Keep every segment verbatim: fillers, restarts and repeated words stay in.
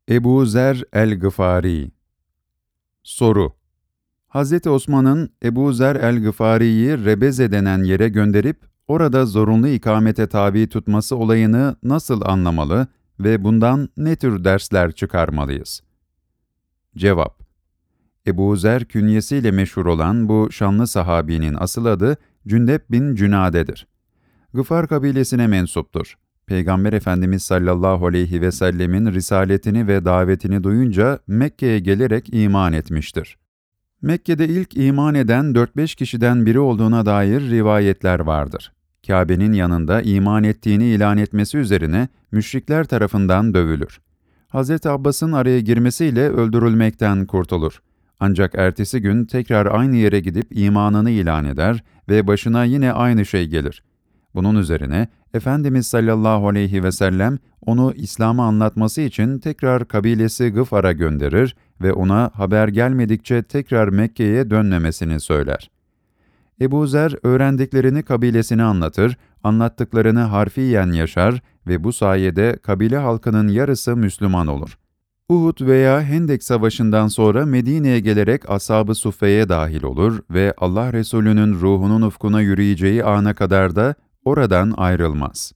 Ebu Zer el-Gıfari. Soru: Hazreti Osman'ın Ebu Zer el-Gıfari'yi Rebeze denen yere gönderip orada zorunlu ikamete tabi tutması olayını nasıl anlamalı ve bundan ne tür dersler çıkarmalıyız? Cevap: Ebu Zer künyesiyle meşhur olan bu şanlı sahabinin asıl adı Cündep bin Cünade'dir. Gıfar kabilesine mensuptur. Peygamber Efendimiz sallallahu aleyhi ve sellemin risaletini ve davetini duyunca Mekke'ye gelerek iman etmiştir. Mekke'de ilk iman eden dört beş kişiden biri olduğuna dair rivayetler vardır. Kabe'nin yanında iman ettiğini ilan etmesi üzerine müşrikler tarafından dövülür. Hazreti Abbas'ın araya girmesiyle öldürülmekten kurtulur. Ancak ertesi gün tekrar aynı yere gidip imanını ilan eder ve başına yine aynı şey gelir. Bunun üzerine Efendimiz sallallahu aleyhi ve sellem onu İslam'ı anlatması için tekrar kabilesi Gıfar'a gönderir ve ona haber gelmedikçe tekrar Mekke'ye dönmemesini söyler. Ebu Zer öğrendiklerini kabilesine anlatır, anlattıklarını harfiyen yaşar ve bu sayede kabile halkının yarısı Müslüman olur. Uhud veya Hendek Savaşı'ndan sonra Medine'ye gelerek Ashab-ı Suffe'ye dahil olur ve Allah Resulü'nün ruhunun ufkuna yürüyeceği ana kadar da oradan ayrılmaz.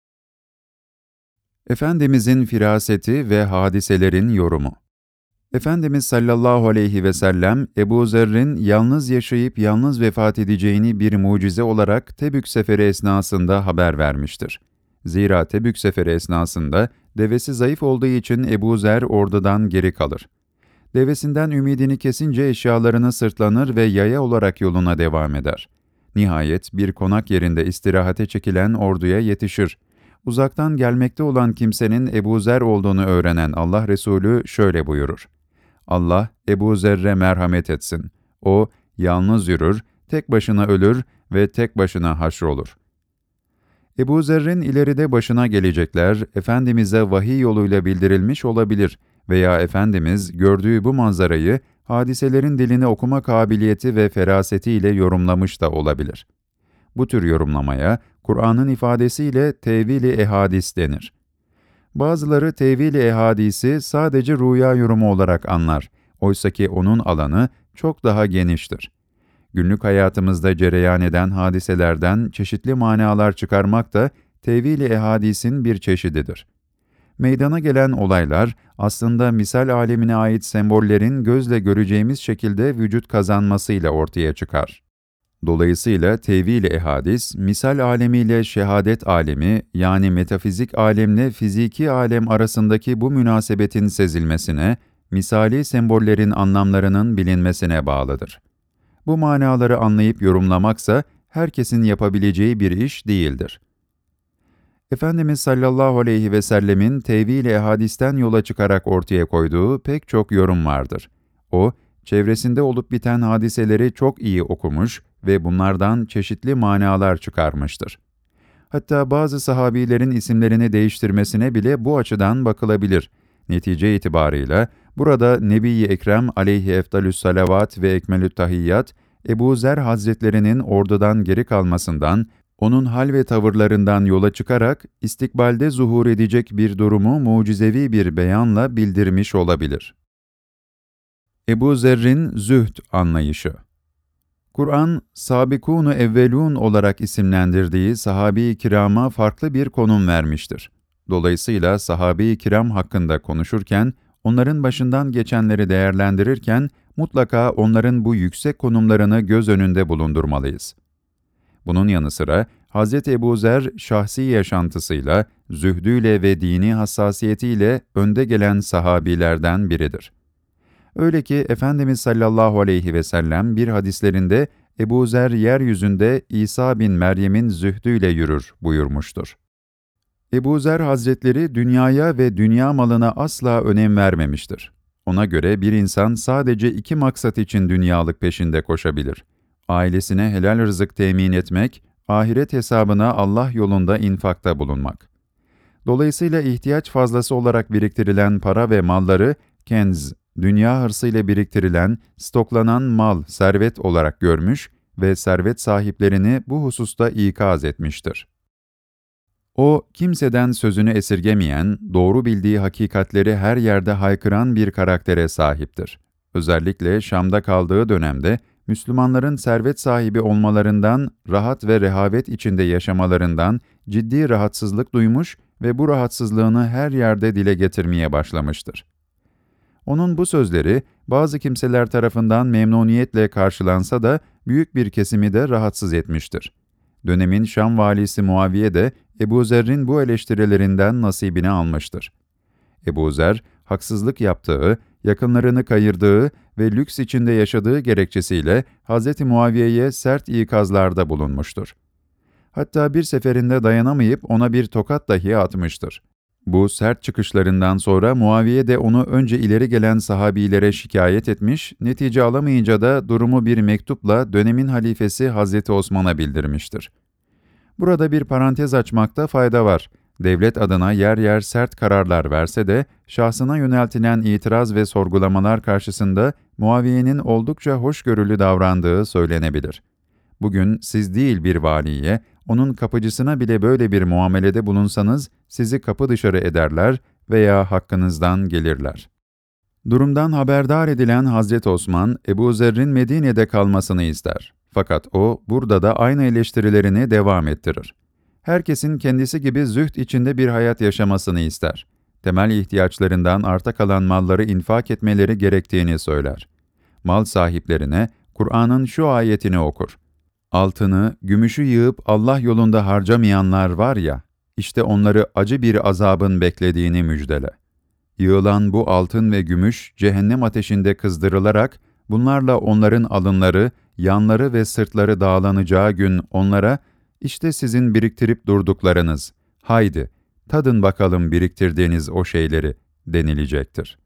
Efendimizin firaseti ve hadiselerin yorumu. Efendimiz sallallahu aleyhi ve sellem, Ebu Zer'in yalnız yaşayıp yalnız vefat edeceğini bir mucize olarak Tebük seferi esnasında haber vermiştir. Zira Tebük seferi esnasında devesi zayıf olduğu için Ebu Zer ordudan geri kalır. Devesinden ümidini kesince eşyalarını sırtlanır ve yaya olarak yoluna devam eder. Nihayet bir konak yerinde istirahate çekilen orduya yetişir. Uzaktan gelmekte olan kimsenin Ebu Zer olduğunu öğrenen Allah Resulü şöyle buyurur: Allah Ebu Zer'e merhamet etsin. O yalnız yürür, tek başına ölür ve tek başına haşrolur. Ebu Zer'in ileride başına gelecekler, Efendimiz'e vahiy yoluyla bildirilmiş olabilir veya Efendimiz gördüğü bu manzarayı hadiselerin dilini okuma kabiliyeti ve ferasetiyle yorumlamış da olabilir. Bu tür yorumlamaya, Kur'an'ın ifadesiyle tevil-i ehadis denir. Bazıları tevil-i ehadisi sadece rüya yorumu olarak anlar, oysaki onun alanı çok daha geniştir. Günlük hayatımızda cereyan eden hadiselerden çeşitli manalar çıkarmak da tevil-i ehadisin bir çeşididir. Meydana gelen olaylar, aslında misal alemine ait sembollerin gözle göreceğimiz şekilde vücut kazanmasıyla ortaya çıkar. Dolayısıyla tevil-i ehadis, misal alemiyle şehadet alemi, yani metafizik alemle fiziki alem arasındaki bu münasebetin sezilmesine, misali sembollerin anlamlarının bilinmesine bağlıdır. Bu manaları anlayıp yorumlamaksa, herkesin yapabileceği bir iş değildir. Efendimiz sallallahu aleyhi ve sellemin tevil-i ehadisten yola çıkarak ortaya koyduğu pek çok yorum vardır. O, çevresinde olup biten hadiseleri çok iyi okumuş ve bunlardan çeşitli manalar çıkarmıştır. Hatta bazı sahabilerin isimlerini değiştirmesine bile bu açıdan bakılabilir. Netice itibarıyla burada Nebi-i Ekrem aleyhi efdalüs salavat ve ekmelü't tahiyyat, Ebu Zer Hazretlerinin ordudan geri kalmasından, onun hal ve tavırlarından yola çıkarak istikbalde zuhur edecek bir durumu mucizevi bir beyanla bildirmiş olabilir. Ebu Zer'in zühd anlayışı. Kur'an, Sabikûn-u evvelûn olarak isimlendirdiği sahabe-i kirama farklı bir konum vermiştir. Dolayısıyla sahabe-i kiram hakkında konuşurken, onların başından geçenleri değerlendirirken, mutlaka onların bu yüksek konumlarını göz önünde bulundurmalıyız. Bunun yanı sıra, Hz. Ebu Zer şahsi yaşantısıyla, zühdüyle ve dini hassasiyetiyle önde gelen sahabilerden biridir. Öyle ki Efendimiz sallallahu aleyhi ve sellem bir hadislerinde Ebu Zer yeryüzünde İsa bin Meryem'in zühdüyle yürür buyurmuştur. Ebu Zer Hazretleri dünyaya ve dünya malına asla önem vermemiştir. Ona göre bir insan sadece iki maksat için dünyalık peşinde koşabilir: ailesine helal rızık temin etmek, ahiret hesabına Allah yolunda infakta bulunmak. Dolayısıyla ihtiyaç fazlası olarak biriktirilen para ve malları kenz, dünya hırsıyla biriktirilen, stoklanan mal, servet olarak görmüş ve servet sahiplerini bu hususta ikaz etmiştir. O, kimseden sözünü esirgemeyen, doğru bildiği hakikatleri her yerde haykıran bir karaktere sahiptir. Özellikle Şam'da kaldığı dönemde, Müslümanların servet sahibi olmalarından, rahat ve rehavet içinde yaşamalarından ciddi rahatsızlık duymuş ve bu rahatsızlığını her yerde dile getirmeye başlamıştır. Onun bu sözleri, bazı kimseler tarafından memnuniyetle karşılansa da, büyük bir kesimi de rahatsız etmiştir. Dönemin Şam valisi Muaviye de, Ebu Zer'in bu eleştirilerinden nasibini almıştır. Ebu Zer, haksızlık yaptığı, yakınlarını kayırdığı ve lüks içinde yaşadığı gerekçesiyle Hz. Muaviye'ye sert ikazlarda bulunmuştur. Hatta bir seferinde dayanamayıp ona bir tokat dahi atmıştır. Bu sert çıkışlarından sonra Muaviye de onu önce ileri gelen sahabilere şikayet etmiş, netice alamayınca da durumu bir mektupla dönemin halifesi Hz. Osman'a bildirmiştir. Burada bir parantez açmakta fayda var. Devlet adına yer yer sert kararlar verse de, şahsına yöneltilen itiraz ve sorgulamalar karşısında Muaviye'nin oldukça hoşgörülü davrandığı söylenebilir. Bugün siz değil bir valiye, onun kapıcısına bile böyle bir muamelede bulunsanız, sizi kapı dışarı ederler veya hakkınızdan gelirler. Durumdan haberdar edilen Hazreti Osman, Ebu Zer'in Medine'de kalmasını ister. Fakat o, burada da aynı eleştirilerini devam ettirir. Herkesin kendisi gibi zühd içinde bir hayat yaşamasını ister. Temel ihtiyaçlarından arta kalan malları infak etmeleri gerektiğini söyler. Mal sahiplerine Kur'an'ın şu ayetini okur. Altını, gümüşü yığıp Allah yolunda harcamayanlar var ya, işte onları acı bir azabın beklediğini müjdele. Yığılan bu altın ve gümüş, cehennem ateşinde kızdırılarak, bunlarla onların alınları, yanları ve sırtları dağlanacağı gün onlara, işte sizin biriktirip durduklarınız, haydi, tadın bakalım biriktirdiğiniz o şeyleri, denilecektir.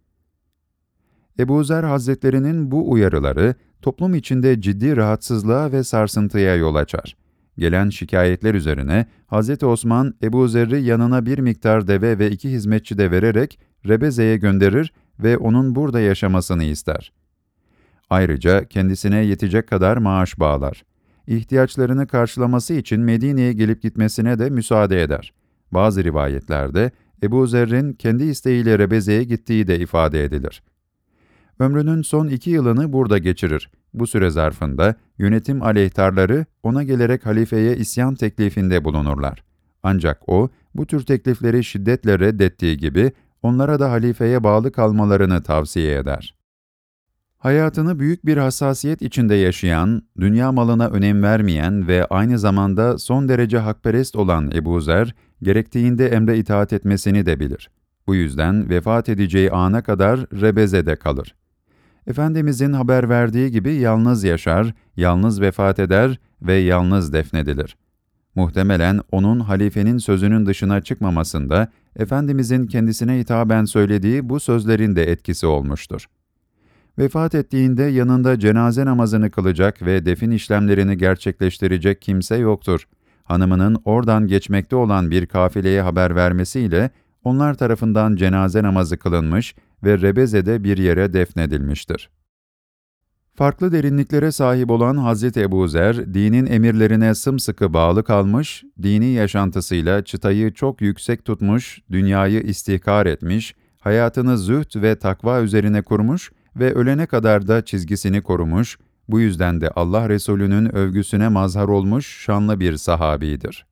Ebu Zer Hazretleri'nin bu uyarıları, toplum içinde ciddi rahatsızlığa ve sarsıntıya yol açar. Gelen şikayetler üzerine, Hz. Osman, Ebu Zer'i yanına bir miktar deve ve iki hizmetçi de vererek, Rebeze'ye gönderir ve onun burada yaşamasını ister. Ayrıca kendisine yetecek kadar maaş bağlar. İhtiyaçlarını karşılaması için Medine'ye gelip gitmesine de müsaade eder. Bazı rivayetlerde Ebu Zer'in kendi isteğiyle Rebeze'ye gittiği de ifade edilir. Ömrünün son iki yılını burada geçirir. Bu süre zarfında yönetim aleyhtarları ona gelerek halifeye isyan teklifinde bulunurlar. Ancak o, bu tür teklifleri şiddetle reddettiği gibi onlara da halifeye bağlı kalmalarını tavsiye eder. Hayatını büyük bir hassasiyet içinde yaşayan, dünya malına önem vermeyen ve aynı zamanda son derece hakperest olan Ebu Zer, gerektiğinde emre itaat etmesini de bilir. Bu yüzden vefat edeceği ana kadar Rebeze'de kalır. Efendimizin haber verdiği gibi yalnız yaşar, yalnız vefat eder ve yalnız defnedilir. Muhtemelen onun halifenin sözünün dışına çıkmamasında, Efendimizin kendisine hitaben söylediği bu sözlerin de etkisi olmuştur. Vefat ettiğinde yanında cenaze namazını kılacak ve defin işlemlerini gerçekleştirecek kimse yoktur. Hanımının oradan geçmekte olan bir kafileye haber vermesiyle, onlar tarafından cenaze namazı kılınmış ve Rebeze'de bir yere defnedilmiştir. Farklı derinliklere sahip olan Hazreti Ebu Zer, dinin emirlerine sımsıkı bağlı kalmış, dini yaşantısıyla çıtayı çok yüksek tutmuş, dünyayı istihkar etmiş, hayatını zühd ve takva üzerine kurmuş ve ölene kadar da çizgisini korumuş, bu yüzden de Allah Resulü'nün övgüsüne mazhar olmuş şanlı bir sahabidir.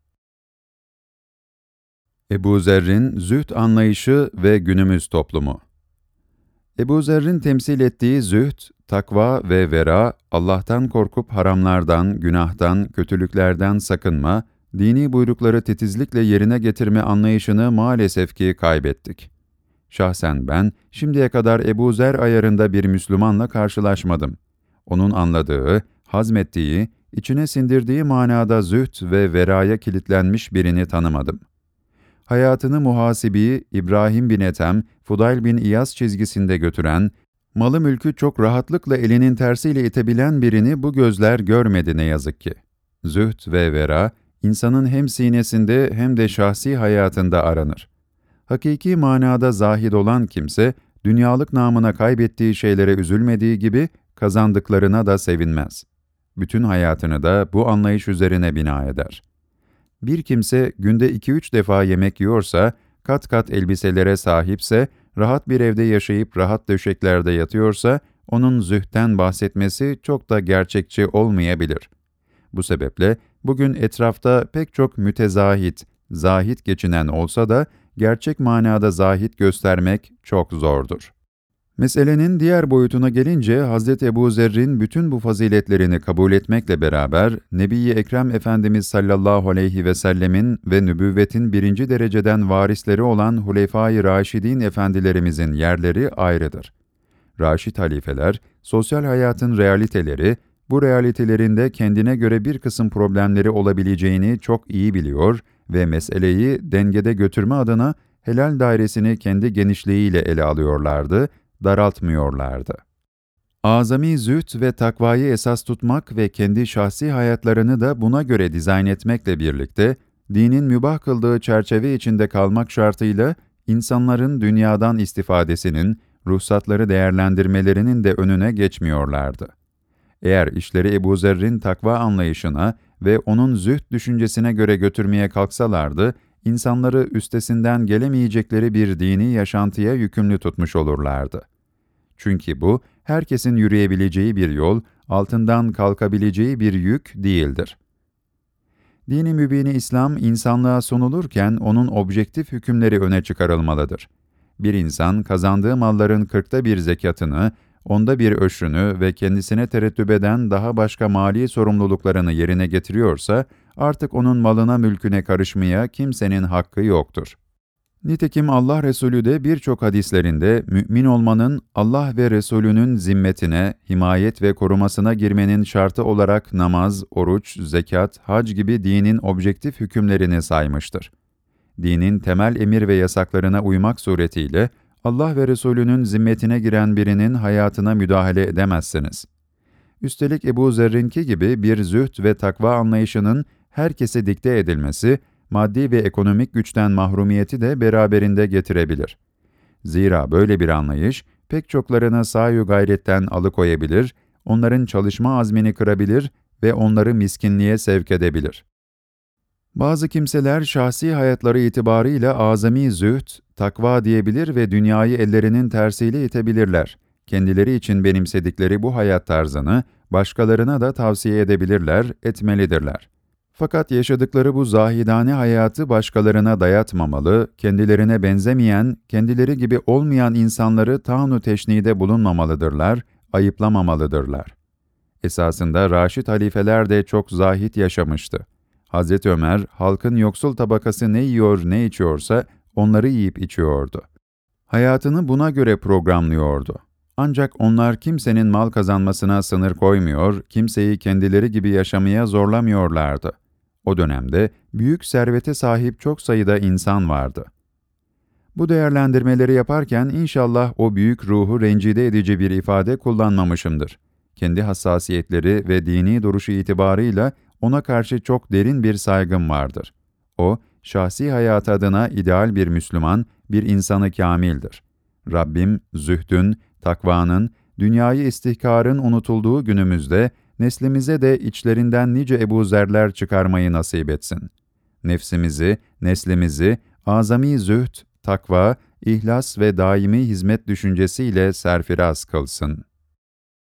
Ebu Zer'in zühd anlayışı ve günümüz toplumu. Ebu Zer'in temsil ettiği zühd, takva ve vera, Allah'tan korkup haramlardan, günahtan, kötülüklerden sakınma, dini buyrukları titizlikle yerine getirme anlayışını maalesef ki kaybettik. Şahsen ben, şimdiye kadar Ebu Zer ayarında bir Müslümanla karşılaşmadım. Onun anladığı, hazmettiği, içine sindirdiği manada zühd ve veraya kilitlenmiş birini tanımadım. Hayatını muhasibi İbrahim bin Ethem, Fudayl bin İyaz çizgisinde götüren, malı mülkü çok rahatlıkla elinin tersiyle itebilen birini bu gözler görmedi ne yazık ki. Zühd ve vera, insanın hem sinesinde hem de şahsi hayatında aranır. Hakiki manada zahid olan kimse, dünyalık namına kaybettiği şeylere üzülmediği gibi kazandıklarına da sevinmez. Bütün hayatını da bu anlayış üzerine bina eder. Bir kimse günde iki üç defa yemek yiyorsa, kat kat elbiselere sahipse, rahat bir evde yaşayıp rahat döşeklerde yatıyorsa, onun zühtten bahsetmesi çok da gerçekçi olmayabilir. Bu sebeple bugün etrafta pek çok mütezahit, zahit geçinen olsa da gerçek manada zahit göstermek çok zordur. Meselenin diğer boyutuna gelince Hazreti Ebuzerr'in bütün bu faziletlerini kabul etmekle beraber Nebi-i Ekrem Efendimiz sallallahu aleyhi ve sellemin ve nübüvvetin birinci dereceden varisleri olan Hulefâ-i Raşidîn efendilerimizin yerleri ayrıdır. Raşid halifeler, sosyal hayatın realiteleri, bu realitelerinde kendine göre bir kısım problemleri olabileceğini çok iyi biliyor ve meseleyi dengede götürme adına helal dairesini kendi genişliğiyle ele alıyorlardı, daraltmıyorlardı. Azami zühd ve takvayı esas tutmak ve kendi şahsi hayatlarını da buna göre dizayn etmekle birlikte, dinin mübah kıldığı çerçeve içinde kalmak şartıyla, insanların dünyadan istifadesinin, ruhsatları değerlendirmelerinin de önüne geçmiyorlardı. Eğer işleri Ebuzerr'in takva anlayışına ve onun zühd düşüncesine göre götürmeye kalksalardı, insanları üstesinden gelemeyecekleri bir dini yaşantıya yükümlü tutmuş olurlardı. Çünkü bu, herkesin yürüyebileceği bir yol, altından kalkabileceği bir yük değildir. Dini mübini İslam, insanlığa sunulurken onun objektif hükümleri öne çıkarılmalıdır. Bir insan, kazandığı malların kırkta bir zekatını, onda bir öşrünü ve kendisine terettüp eden daha başka mali sorumluluklarını yerine getiriyorsa, artık onun malına mülküne karışmaya kimsenin hakkı yoktur. Nitekim Allah Resulü de birçok hadislerinde mümin olmanın Allah ve Resulünün zimmetine, himayet ve korumasına girmenin şartı olarak namaz, oruç, zekat, hac gibi dinin objektif hükümlerini saymıştır. Dinin temel emir ve yasaklarına uymak suretiyle Allah ve Resulünün zimmetine giren birinin hayatına müdahale edemezsiniz. Üstelik Ebuzerr'inki gibi bir zühd ve takva anlayışının herkese dikte edilmesi, maddi ve ekonomik güçten mahrumiyeti de beraberinde getirebilir. Zira böyle bir anlayış, pek çoklarını sa'yu gayretten alıkoyabilir, onların çalışma azmini kırabilir ve onları miskinliğe sevk edebilir. Bazı kimseler şahsi hayatları itibarıyla azami zühd, takva diyebilir ve dünyayı ellerinin tersiyle itebilirler. Kendileri için benimsedikleri bu hayat tarzını başkalarına da tavsiye edebilirler, etmelidirler. Fakat yaşadıkları bu zahidane hayatı başkalarına dayatmamalı, kendilerine benzemeyen, kendileri gibi olmayan insanları ta'n-u teşnide bulunmamalıdırlar, ayıplamamalıdırlar. Esasında Raşid halifeler de çok zahit yaşamıştı. Hazreti Ömer, halkın yoksul tabakası ne yiyor ne içiyorsa onları yiyip içiyordu. Hayatını buna göre programlıyordu. Ancak onlar kimsenin mal kazanmasına sınır koymuyor, kimseyi kendileri gibi yaşamaya zorlamıyorlardı. O dönemde büyük servete sahip çok sayıda insan vardı. Bu değerlendirmeleri yaparken inşallah o büyük ruhu rencide edici bir ifade kullanmamışımdır. Kendi hassasiyetleri ve dini duruşu itibarıyla ona karşı çok derin bir saygım vardır. O, şahsi hayat adına ideal bir Müslüman, bir insanı kâmildir. Rabbim, zühdün, takvanın, dünyayı istihkarın unutulduğu günümüzde, neslimize de içlerinden nice Ebuzerler çıkarmayı nasip etsin. Nefsimizi, neslimizi, azami zühd, takva, ihlas ve daimi hizmet düşüncesiyle serfiraz kılsın.